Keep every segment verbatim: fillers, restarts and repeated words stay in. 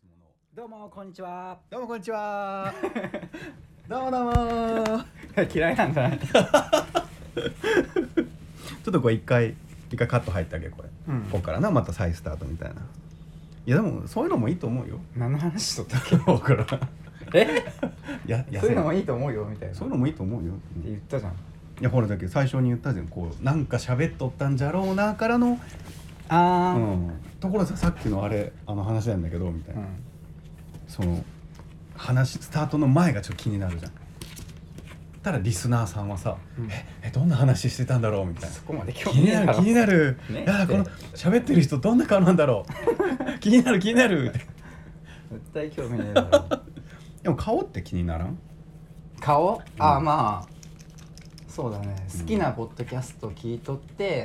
つものどうもこんにちは。 どうもこんにちはどうもどうも嫌いなんじゃない？ ちょっとこれ一回一回カット入ってあげるこれ、うん、ここからなまた再スタートみたいな。いやでもそういうのもいいと思うよ。 何の話しとったっけ？ 分からんえややそういうのもいいと思うよみたいな。 そういうのもいいと思うよって言ったじゃん。 いやほらだけど最初に言ったじゃん、こうなんか喋っとったんじゃろうなからのあー、 うん、ところでさっきのあれあの話なんだけどみたいな、うん、その話スタートの前がちょっと気になるじゃん。ただリスナーさんはさ、うん、ええどんな話してたんだろうみたいな、 そこまで興味気になる気になる、 ね、 いやこの喋ってる人どんな顔なんだろう気になる気になる絶対興味ないだろでも顔って気にならん？ 顔？うん、ああまあそうだね、好きなポッドキャスト聞いとって、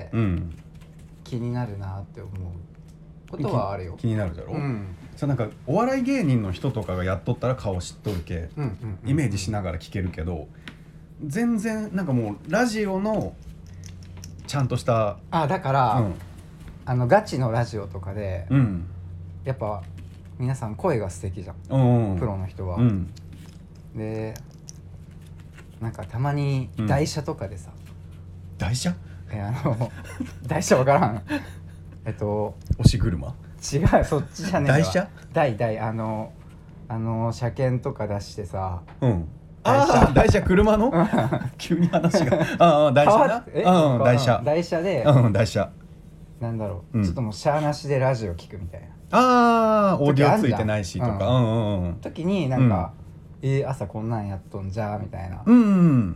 うん、気になるなって思うことはあるよ。 気になるだろ、うん、さなんかお笑い芸人の人とかがやっとったら顔知っとるけ、うんうんうんうん、イメージしながら聞けるけど全然なんかもうラジオのちゃんとしたあだから、うん、あのガチのラジオとかで、うん、やっぱ皆さん声が素敵じゃん、うんうん、プロの人は、うん、でなんかたまに台車とかでさ、 うん、台車？ えあの台車わからんえっと押し車？ 違うそっちじゃねえわ。 台車？ 台台あのあの車検とか出してさ、 うんああ台車車の急に話がああ台車なえうん台車台車でうん台車なんだろう、うん、ちょっともうシャーなしでラジオ聞くみたいなああオーディオついてないしとかうんうんうん時になんか、うん、えー、朝こんなんやっとんじゃみたいな、 うんうん、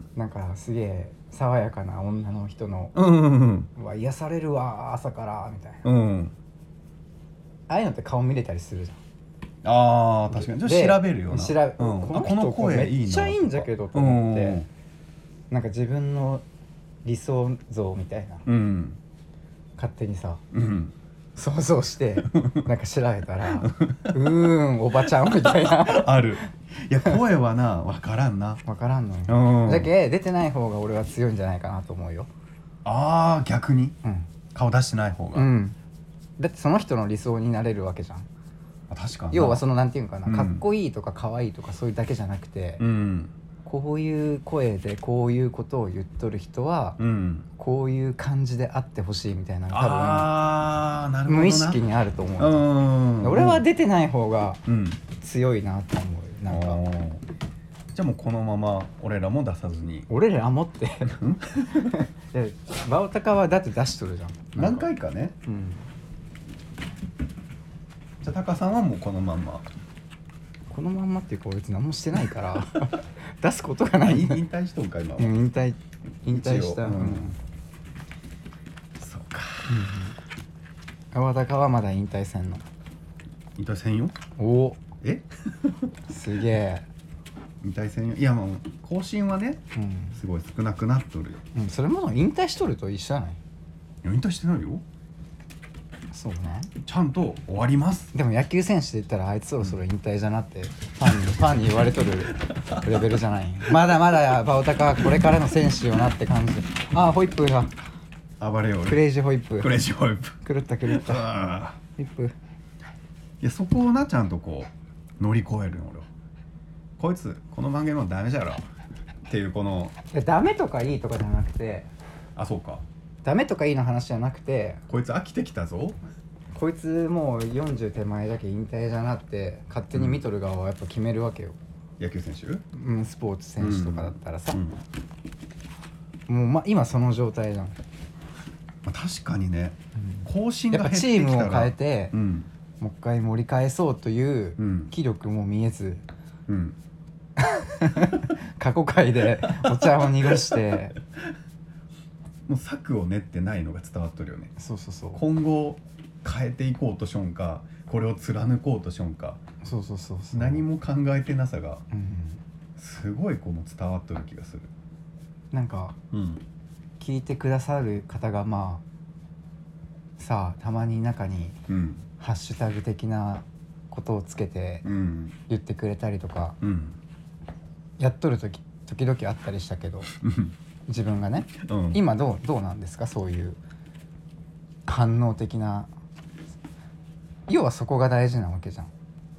なんかすげえ爽やかな女の人の、 うんうんうん、 うわ癒されるわ朝からみたいな、 うん、 ああいうのって顔見れたりするじゃん。 あー確かにちょっと調べるような調べ、うん、この人この声めっちゃいいんだけどと思って、うん、なんか自分の理想像みたいな、うん、勝手にさ、うん、想像してなんか調べたらうーんおばちゃんみたいなある。いや声はな分からんな分からんのよ、うん、だけ出てない方が俺は強いんじゃないかなと思うよ。 あー逆に、うん、顔出してない方が、うん、 だってその人の理想になれるわけじゃん。 確かに要はそのなんていうかな、うん、かっこいいとかかわいいとかそういうだけじゃなくて、うん、こういう声でこういうことを言っとる人は、うん、こういう感じであってほしいみたいなの多分あなるほどな無意識にあると思う、うん、俺は出てない方が強いなと思う、なんかじゃあもうこのまま俺らも出さずに俺らもってバオタカはだって出しとるじゃん何回かね、うんじゃあタカさんはもうこのまんまこのまんまっていうか別に何もしてないから出すことがない引退しとんか今は、 うん、引退引退した、うんうん、 そうか川高はまだ引退せんの？ 引退せんよ。 おえすげえ引退せんよ。いやもう更新はね、うん、すごい少なくなっとるよ、 うん、それも引退しとると一緒じゃない？ 引退してないよ。 そうね、 ちゃんと終わります。 でも野球選手で言ったらあいつそろそろ引退じゃなってファンにファンに言われとるレベルじゃないまだまだバオタカはこれからの選手よなって感じで。ああホイップが暴れよクレイジーホイップクレイジーホイップ狂った狂ったホイップ。いやそこをなちゃんとこう乗り越えるの俺は。こいつこの番組もダメじゃろっていうこのいやダメとかいいとかじゃなくてあそうかダメとかいいの話じゃなくてこいつ飽きてきたぞこいつもうよんじゅう手前だけ引退じゃなって勝手に見とる側はやっぱ決めるわけよ、 うん、野球選手、 うん、スポーツ選手とかだったらさ、うんうん、もう、ま、今その状態じゃん、 まあ、確かにね、うん、更新が減ってきたらやっぱチームを変えて、うん、もう一回盛り返そうという気力も見えず、うん、過去回でお茶を濁してもう策を練ってないのが伝わっとるよね。 そうそうそう。 今後変えていこうとしょんかこれを貫こうとしょんかそうそうそうそう何も考えてなさが、うん、すごいこの伝わっとる気がする。 なんか、うん、聞いてくださる方がまあさあたまに中に、うん、ハッシュタグ的なことをつけて言ってくれたりとか、うん、やっとる時時々あったりしたけど自分がね、うん、今どう、どうなんですかそういう反応的な。要はそこが大事なわけじゃん。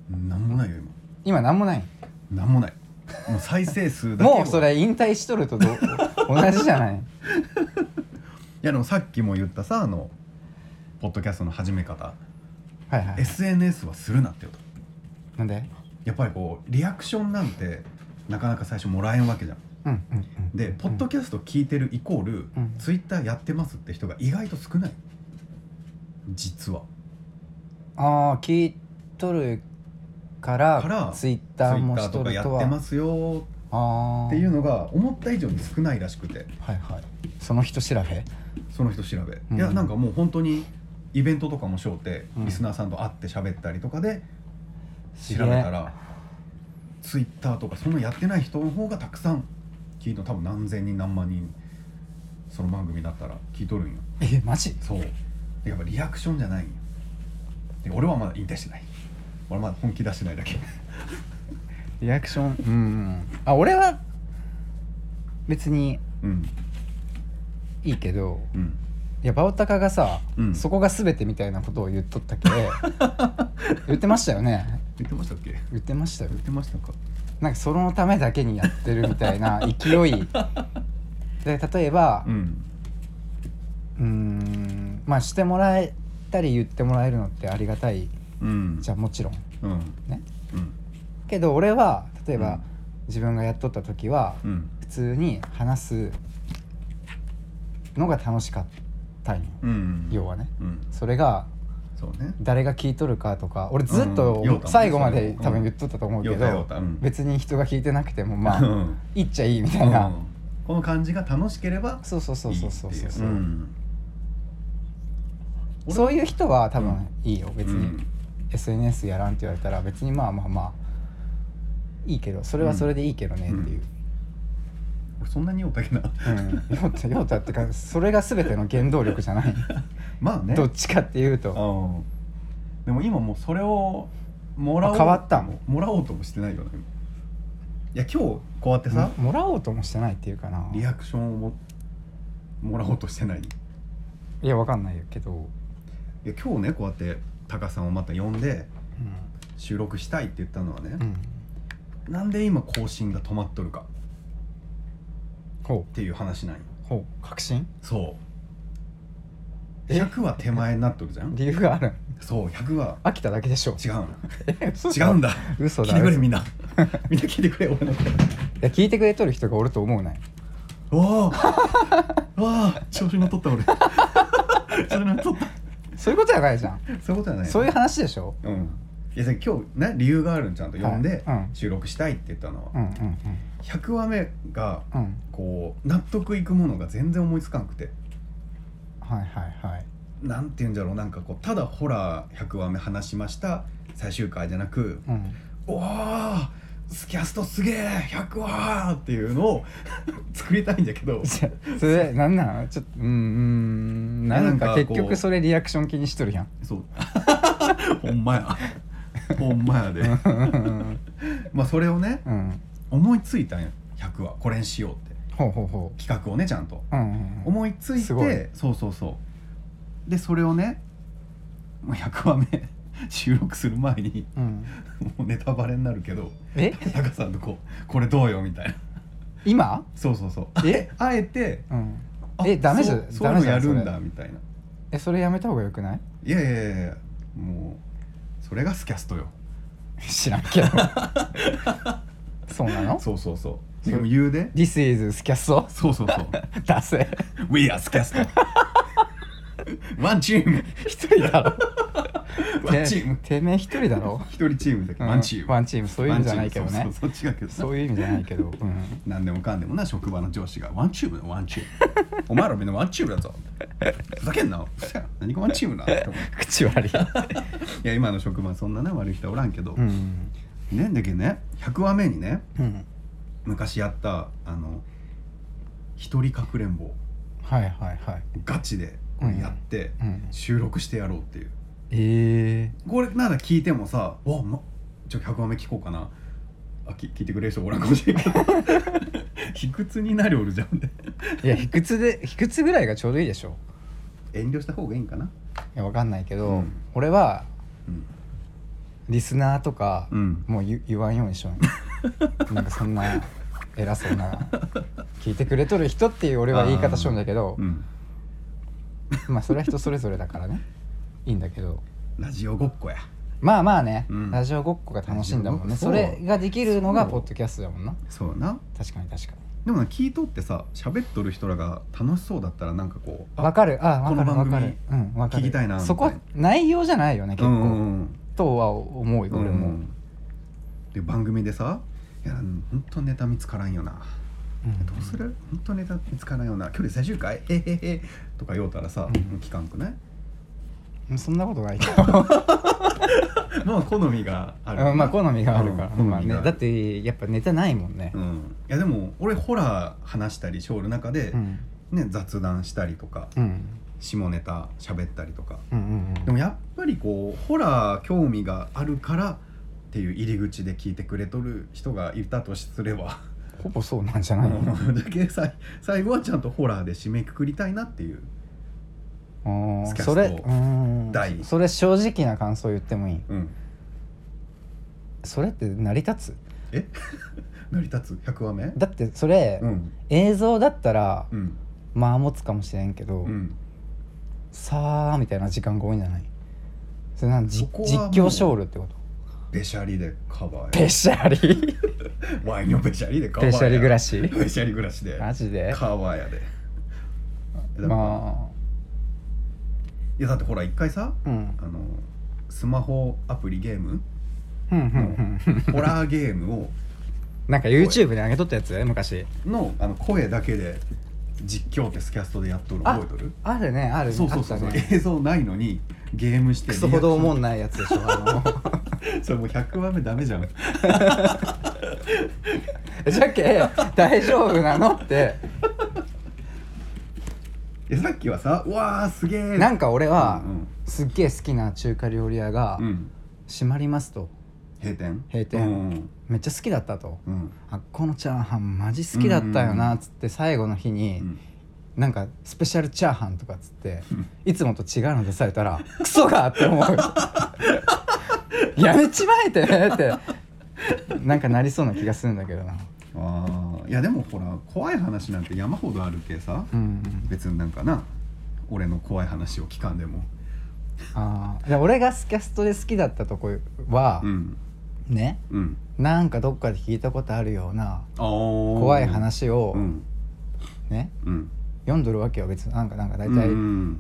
なんもないよ今。今なんもない。 なんもない。もう再生数だけもうそれ引退しとるとど同じじゃない。いやでもさっきも言ったさ、あのポッドキャストの始め方、 はいはい、はい、 エスエヌエス はするなってよと。 なんで？ やっぱりこうリアクションなんてなかなか最初もらえんわけじゃん。 うんうんうん、 でポッドキャスト聞いてるイコール、 うん、 ツイッターやってますって人が意外と少ない、実は。 ああ、聞いとるからからツイッターもしとるとは、 ツイッターとかやってますよあっていうのが思った以上に少ないらしくて、 はいはい、その人調べその人調べ、 うん、 いやなんかもう本当にイベントとかもしょうて、 うん、 リスナーさんと会って喋ったりとかで調べたら、ツイッターとかそのやってない人の方がたくさん聞いと、多分何千人何万人その番組だったら聞いとるんよ。 え、マジ？ そう、やっぱリアクションじゃないんよ。で俺はまだ引退してない、俺まだ本気出してないだけリアクション、うん、うん、あ、俺は別にいいけど、うん、いやバオタカがさ、うん、そこが全てみたいなことを言っとったけ言ってましたよね。 言ってましたっけ？ 言ってましたよ。 言ってましたか？ なんかそのためだけにやってるみたいな勢いで、例えばうん、うーんまあしてもらえたり言ってもらえるのってありがたい、うん、じゃあもちろん、うん、ね、うん、けど俺は例えば、うん、自分がやっとった時は、うん、普通に話すのが楽しかったんよ、うん、要はね、うん、それがそうね、誰が聞いとるかとか、俺ずっと最後まで多分言っとったと思うけど、うん、別に人が聞いてなくてもまあ、うん、いっちゃいいみたいな、うん、 この感じが楽しければいいっていう。 そうそうそうそうそうそう、うん、そういう人は多分いいよ、別に、うん、エスエヌエス やらんって言われたら別にまあまあまあいいけど、それはそれでいいけどねっていう、うんうん、 俺そんなに酔ったっけな、 うん、酔った酔ったってかそれが全ての原動力じゃないまあね、 どっちかっていうと、 でも今もうそれをもらおう変わったももらおうともしてないよね。いや今日こうやってさも, もらおうともしてないっていうかな、 リアクションを も, もらおうとしてない。 いやわかんないけど、 いや今日ねこうやってタカさんをまた呼んで、うん、収録したいって言ったのはね、うん、なんで今更新が止まっとるかっていう話なんよ。 ほう、確信？ そう、ひゃくは手前になっとるじゃん。 理由がある。 そう、ひゃくは飽きただけでしょ。 違うの違うんだ。 嘘だ。 聞いてくれみんなみんな聞いてくれ俺の声。いや聞いてくれとる人がおると思うなよ。 おーわー調子に乗っとった俺調子に乗っとった。 そういうことじゃないじゃん。 そういうことじゃない。 そういう話でしょ。うん。 いや今日ね理由があるん、ちゃんと呼んで、はい、うん、収録したいって言ったのは、うんうんうん、ひゃくわめが、うん、こう納得いくものが全然思いつかんくて、 はいはいはい、 なんて言うんだろう、なんかこうただホラーひゃくわめ話しました最終回じゃなく、うん、おースキャストすげえひゃくわっていうのを作りたいんだけどそれなんなんちょっとうーんなんか結局それリアクション気にしとるやん。 そうほんまやほんまやでまあそれをね、うん、思いついたんやひゃくわこれにしようってほうほうほう企画をねちゃんと、うんうんうん、思いついてそうそうそうでそれをねひゃくわめ収録する前に、うん、もうネタバレになるけどえタカさんとこうこれどうよみたいな今そうそうそうえあえて、 うん、えダメじゃんそういうのやるんだみたいな。 えそれやめた方がよくない？ いやいやいやいやもうそれがスキャストよ。 知らんけどそうなの？ そうそうそうでも言うで This is スキャストそうそうそう出せ We are スキャストワンチーム一人だろワンチームてめえ一人だろ一人チームだけど、うん、ワンチームワンチームそういう意味じゃないけどね。 そうそうそう違うけどそういう意味じゃないけど、うん、 何でもかんでもな職場の上司がワンチームだワンチームお前らみんなワンチームだぞふざけんな何がワンチームな口悪いいや今の職場そんなね悪い人はおらんけど、うん、ねだけどねひゃくわめにね、うん、昔やったあの一人かくれんぼはいはいはいガチでこれやって、うんうん、収録してやろうっていう。 えー、 これなら聞いてもさお、ま、ちょひゃくわめ聞こうかなあき聞いてくれる人おらんかもしれんけど卑屈になりおるじゃんねいや卑屈で卑屈ぐらいがちょうどいいでしょ。 遠慮した方がいいんかな。いやわかんないけど、うん、俺は、うん、 リスナーとか、 うん、 もう 言, 言わんようにしようなんかそんな偉そうな聞いてくれとる人っていう俺は言い方しようんだけど、うん、まあそれは人それぞれだからねいいんだけど、 ラジオごっこや。 まあまあね、 うん、 ラジオごっこが楽しいんだもんね。それができるのがポッドキャストだもんな。 そうな。 確かに確かに。 でもな、聞いとってさ、喋っとる人らが楽しそうだったらなんかこう、 わかる、あ、わかるわかる、 うん、聞きたいな。 そこは内容じゃないよね結構、うんうん、とは思うよ、俺も、うん、 で番組でさ、いや本当ネタ見つからんよな、うん、どうする、本当ネタ見つからんよな、今日で最終回えへへとか言おうたらさ、うん、聞かんくない？ そんなことないけどまあ好みがある、 まあ好みがあるから、うん、まあね、だってやっぱネタないもんね、 うん、いやでも俺ホラー話したりショール中で、うんね、雑談したりとか、うん、下ネタ喋ったりとか、うんうんうん、でもやっぱりこうホラー興味があるからっていう入り口で聞いてくれとる人がいたとすればほぼそうなんじゃないのだけど最後はちゃんとホラーで締めくくりたいなっていうスキャストそれ、うん、それ正直な感想言ってもいい、うん、それって成り立つ？ え成り立つひゃくわめだってそれ、うん、映像だったら、うん、まあ持つかもしれんけど、うん、さあみたいな時間が多いんじゃない？それなん実況ショールってこと？ べしゃりでカバーや。 べしゃりワインのべしゃりでカバーや。 べしゃり暮らしべしゃり暮らしでマジでカバーやで。 まあいやだってほら一回さ、うん、あのスマホアプリゲームのホラーゲームをなんか YouTube で上げとったやつ昔の, あの声だけで実況ってスキャストでやっとる覚えとる？ あるねあるね。 そうそうそうそう、 ね、 映像ないのにゲームしてクソほど思んないやつでしょあのそれもうひゃくわめダメじゃんじゃっけ大丈夫なのってえさっきはさ、うわーすげーなんか俺は、うんうん、すっげー好きな中華料理屋が、うん、閉まりますと閉店閉店、うんうん、めっちゃ好きだったと、うん、あっこのチャーハンマジ好きだったよなっつって最後の日に、うん、なんかスペシャルチャーハンとかっつって、うん、いつもと違うの出されたらクソがって思うやめちまえてってなんかなりそうな気がするんだけどな。 あいやでもほら怖い話なんて山ほどあるけさ、うんうん、別になんかな俺の怖い話を聞かんでもああ俺がスキャストで好きだったとこは、うん、ね、うん、なんかどっかで聞いたことあるような怖い話を、うん、ね、うん、読んどるわけよ別になんかなんか大体、うん、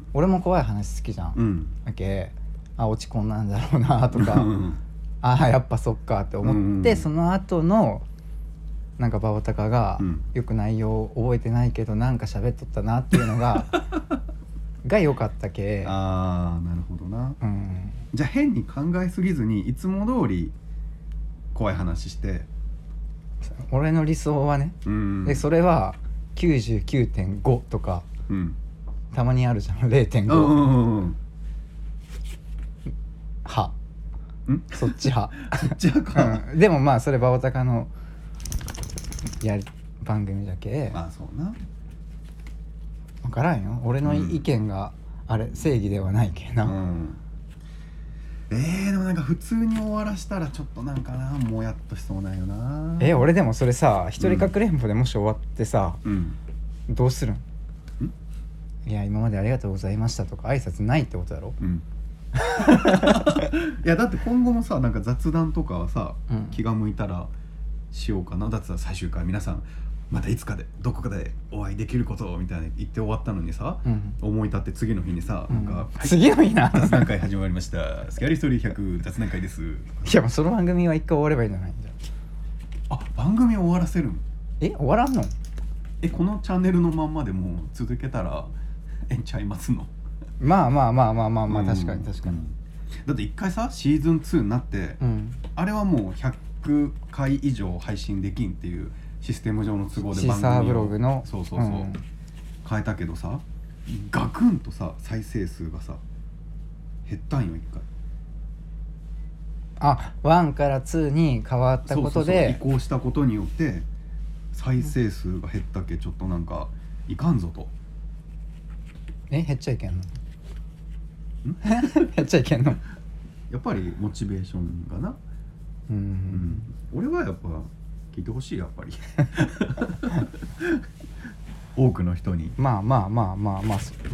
俺も怖い話好きじゃん、うん、だけあ落ち込んなんだろうなとかああやっぱそっかって思って、うん、その後のなんかバオタカが、うん、よく内容覚えてないけどなんか喋っとったなっていうのがが良かったけ。 あーなるほどな、うん、じゃあ変に考えすぎずにいつも通り怖い話して俺の理想はね、うん、でそれは きゅうじゅうきゅうてんご とか、うん、たまにあるじゃん れいてんご、うんうんうん、はんそっち派そっち派か、 うん、でもまあそれバオタカのやり番組だけまあそうな分からんよ俺の意見があれ、うん、正義ではないけな、うん、 えー、でもなんか普通に終わらしたらちょっとなんかなもやっとしそうなんよな。 えー、俺でもそれさ一人かくれんぼでもし終わってさ、うん、どうするん？んいや今までありがとうございましたとか挨拶ないってことだろ、うん、 いやだって今後もさなんか雑談とかはさ、うん、気が向いたらしようかな。だってさ最終回皆さんまたいつかでどこかでお会いできることをみたいな言って終わったのにさ、うん、思い立って次の日にさ、うん、なんか、はい、 次の日な雑談会始まりましたスキャリストーリーひゃく雑談会です。いやもうその番組は一回終わればいいんじゃないんだよ。 あ番組を終わらせるん？ え終わらんの？ えこのチャンネルのまんまでもう続けたらえんちゃいますの？ まあまあまあまあまあまあ、うん、確かに確かに、うん、 だって一回さシーズンツーになって、うん、あれはもうひゃっかい以上配信できんっていうシステム上の都合で番組をシーサーブログのそうそうそう、うん、変えたけどさガクンとさ再生数がさ減ったんよ一回。 あワンからツーに変わったことでそうそうそう移行したことによって再生数が減ったけちょっとなんかいかんぞと。 え減っちゃいけんの？ん減っちゃいけんの？ やっぱりモチベーションがな、 うん、うん、 俺はやっぱ聞いてほしいやっぱり多くの人にまあまあまあまあまあうん、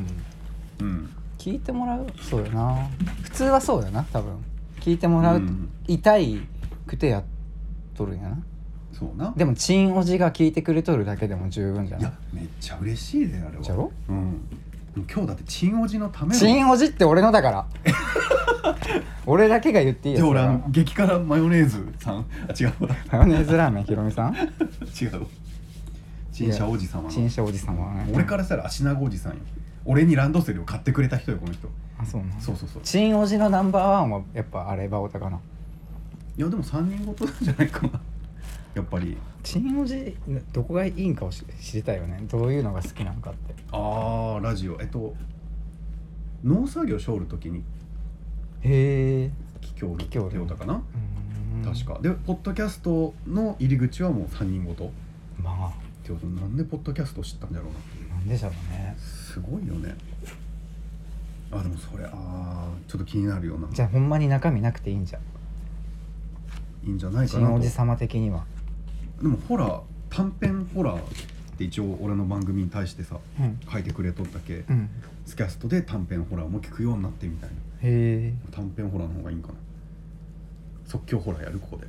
うん、 聞いてもらうそうだな普通はそうだな多分聞いてもらう、うん、痛いくてやっとるんやなそうなでもチンおじが聞いてくれとるだけでも十分じゃないいやめっちゃ嬉しいであれはじゃろうん今日だってチンおじのためのチンおじって俺のだから俺だけが言っていいやつだじゃあ俺あの激辛マヨネーズさんあ違うマヨネーズラーメンひろみさん違うチンシャおじ様のチンシャおじ様はね俺からしたら足長おじさんよ俺にランドセルを買ってくれた人よこの人あそうなそうそうそうチンおじのナンバーワンはやっぱあれバオタかないやでもさんにんごとなんじゃないかなやっぱりチンおじどこがいいんかを知りたいよねどういうのが好きなのかってああラジオえっと農作業しょるときにへえ聞きょうるって言うたかな確かでポッドキャストの入り口はもうさんにんごとまあってことなんでポッドキャスト知ったんだろうなっていうなんでしょうねすごいよねあでもそれあーちょっと気になるよなじゃあほんまに中身なくていいんじゃいいんじゃないかなとチンおじ様的にはでもホラー短編ホラーって一応俺の番組に対してさ、うん、書いてくれとったけ、うん、スキャストで短編ホラーも聞くようになってみたいなへえ短編ホラーの方がいいんかな即興ホラーやるここで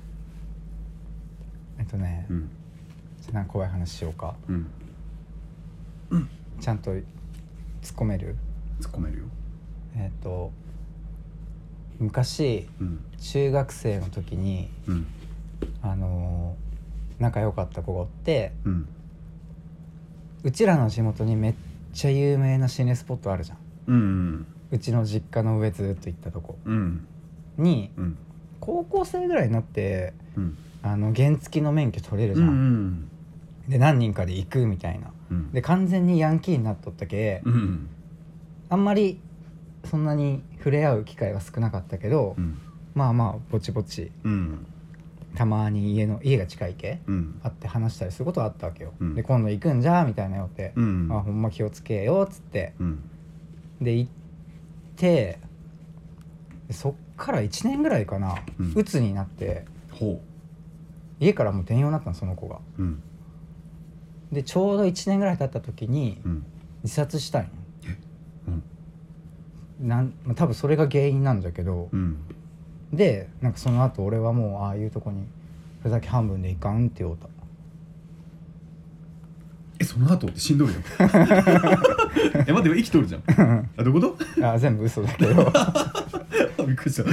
えっとね、うん、じゃあなんか怖い話しようか、うんうん、ちゃんと突っ込める突っ込めるよえっと昔、うん、中学生の時に、うん、あのー、仲良かった子がおって、うん、うちらの地元にめっちゃ有名な心霊スポットあるじゃん、うんうん、うちの実家の上ずっと行ったとこ、うん、に、うん、高校生ぐらいになって、うん、あの原付の免許取れるじゃん、うんうん、で何人かで行くみたいな、うん、で完全にヤンキーになっとったけ、うん、あんまりそんなに触れ合う機会は少なかったけど、うん、まあまあぼちぼち、うん、たまに家の家が近いけ、うん、会って話したりすることはあったわけよ、うん、で今度行くんじゃみたいなよって、うん、あほんま気をつけよっつって、うん、で行ってそっからいちねんぐらいかな、うん、鬱になってほう家からもう転用になったのその子が、うん、でちょうどいちねんぐらい経った時に自殺したんよ、なん多分それが原因なんだけど、うん、でなんかその後俺はもうああいうとこにふざけ半分でいかんって言おうたえその後って死んどるよえ待って生きとるじゃんあどういうことあ全部嘘だけどびっくりした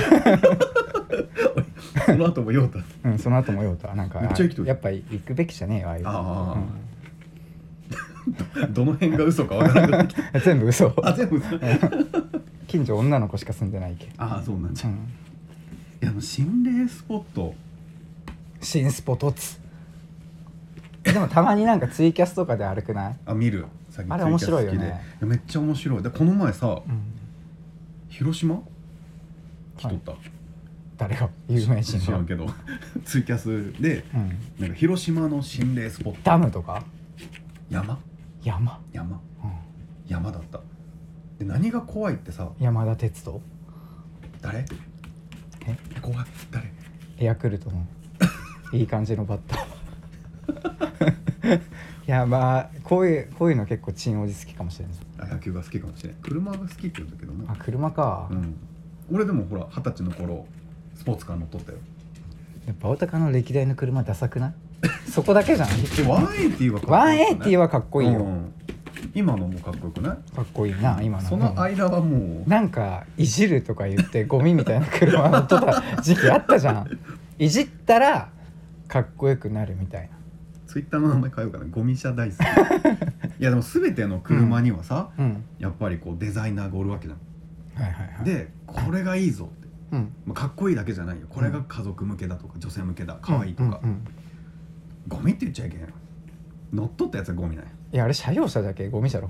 その後も酔うたうんその後も酔うたなんかめっちゃ生きとるやっぱ行くべきじゃねえよああいうああ、うん、どの辺が嘘かわからなくなってきた全部嘘あ全部嘘近所女の子しか住んでないけああそうなんじゃ、うん、いやもう心霊スポット新スポトツでもたまになんかツイキャスとかで歩くないあ見るあれ面白いよねいやめっちゃ面白いでこの前さ、うん、広島来とった、はい、 誰が有名人知らんけどツイキャスで、うん、なんか広島の心霊スポットダムとか山山山、うん、山だったで何が怖いってさ山田哲人誰え怖い誰ヤクルトのいい感じのバッターいやまあこういうこういうの結構チンおじ好きかもしれないあ野球が好きかもしれない車が好きって言うんだけどなあ車か、うん、 俺でもほら二十歳の頃スポーツカー乗っとったよやっぱ大高の歴代の車ダサくないそこだけじゃんワンエイティーはかっこいい、ね、 ワンエイティーはかっこいいよ、 うん今のもかっこよくないかっこいいな今のその間はもうなんかいじるとか言ってゴミみたいな車乗っとった時期あったじゃんいじったらかっこよくなるみたいなツイッターの名前変えようかなゴミ車大好きいやでも全ての車にはさ、うん、やっぱりこうデザイナーがおるわけじゃん、はいはいはい、でこれがいいぞって、うんまあ、かっこいいだけじゃないよこれが家族向けだとか女性向けだ可愛いとか、うんうんうん、ゴミって言っちゃいけない乗っ取ったやつはゴミないいやあれ車用車だけゴミ車ろ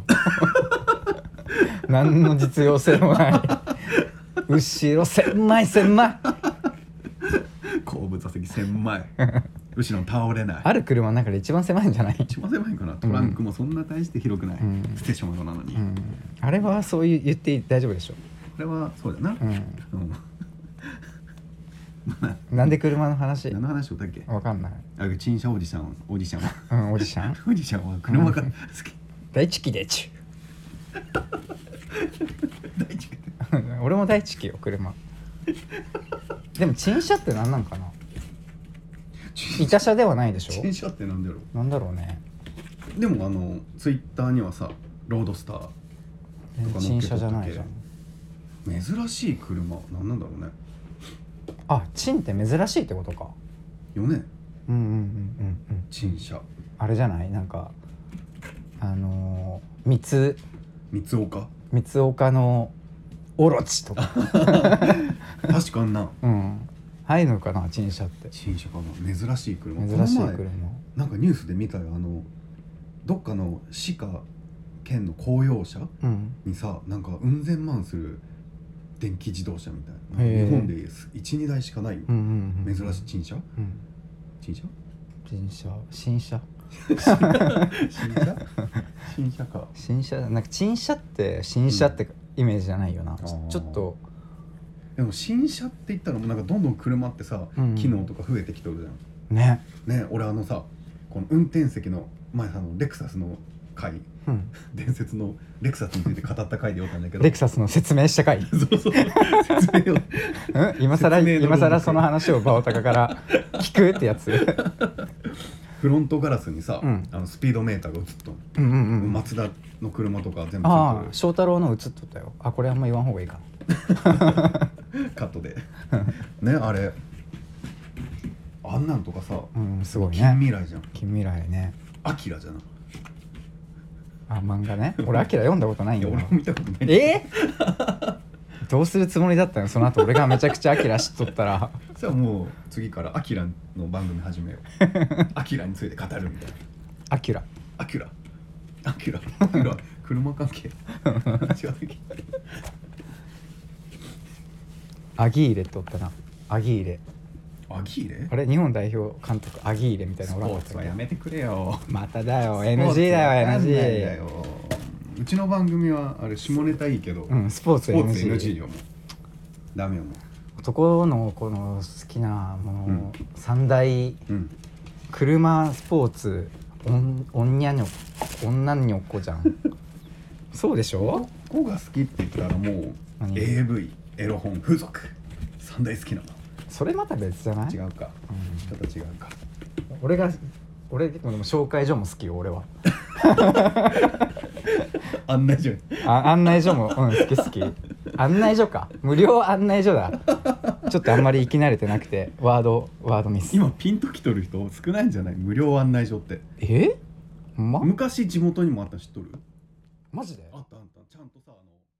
何の実用性もない後ろ狭い狭い後部座席狭い後ろ倒れないある車の中で一番狭いんじゃない一番狭いかなトランクもそんな大して広くない、うん、ステーションなのに、うん、 あれはそういう言って大丈夫でしょれはそうだな。 うん、 うん、 なんで車の話？ 何の話をだっけ？ わかんない。 あ、陳謝おじさん、おじちゃんはうん、おじちゃんおじちゃんは車が好き、 大好きでちゅ大好き俺も大好きよ車でも陳謝って何なんかな。板車ではないでしょ。 陳謝ってなんだろう。 なんだろうね。 でもあのツイッターにはさ、ロードスターとか陳謝じゃないじゃん。 珍しい車なんなんだろうね。 あ、陳って珍しいってことかよね。 うんうんうんうんうん陳謝あれじゃない、なんかあのー、三つ三つ岡三つ岡のオロチとか確かにな。 うん入るのかな、陳謝って。 陳謝かな。珍しい車。 珍しい車。 なんかニュースで見たよ。あのどっかの市か県の公用車にさ、うん、なんかうん千万する電気自動車みたいな、日本でいち、にだいしかない、うんうんうん、珍しい陳謝、うん、陳謝陳謝新車新車新車か。 新車なんか陳謝って新車ってイメージじゃないよな、うん、ちょっと。 でも新車って言ったらもうなんかどんどん車ってさ、うん、機能とか増えてきとるじゃん。 ね。 ね、俺あのさ、この運転席の前さ、のレクサスの回、うん、伝説のレクサスについて語った回でよったんだけど、 レクサスの説明した回そうそう説明をうん、今更今更その話をバオタカから聞くってやつフロントガラスにさ、うん、あのスピードメーターが映っとん、うんうんうん、マツダの車とか全部ついてる。 ああ、翔太郎の映っとったよ。あ、これあんま言わん方がいいかカットでね、あれあんなんとかさ、 うん、すごいね。 近未来じゃん。 近未来ね。 アキラじゃな。 あ、漫画ね。俺アキラ読んだことないんだよ。 俺も見たことない。 えー、どうするつもりだったのその後。俺がめちゃくちゃアキラ知っとったらじゃあもう次からアキラの番組始めようアキラについて語るみたいな。 アキュラアキュラアキュラアキュラ車関係違うアギーレっておったな。アギーレアギーレ、 あれ日本代表監督アギーレみたいな。 スポーツはやめてくれよ。 まただよ エヌジー だよ エヌジーだよ。うちの番組はあれ下ネタいいけど、 うん、スポーツ エヌジー, エヌジー よ。もうダメよ。もう男の子の好きなもの、うん、三大、うん、車、スポーツ、おんおんにゃにょ女にょっこじゃんそうでしょ。 男が好きって言ったらもう エーブイ、エロ本、風俗三大好きなの。 それまた別じゃない？ 違うか、うん、ちょっと違うか。 俺が俺でも紹介所も好きよ俺は案内所あ案内所も、うん、好き好き。案内所か、無料案内所だちょっとあんまり生き慣れてなくてワードワードミス。 今ピンときとる人少ないんじゃない？無料案内所って。 え、ま、 昔地元にもあったの知っとる？ マジで？ あったあった。ちゃんとさ、あの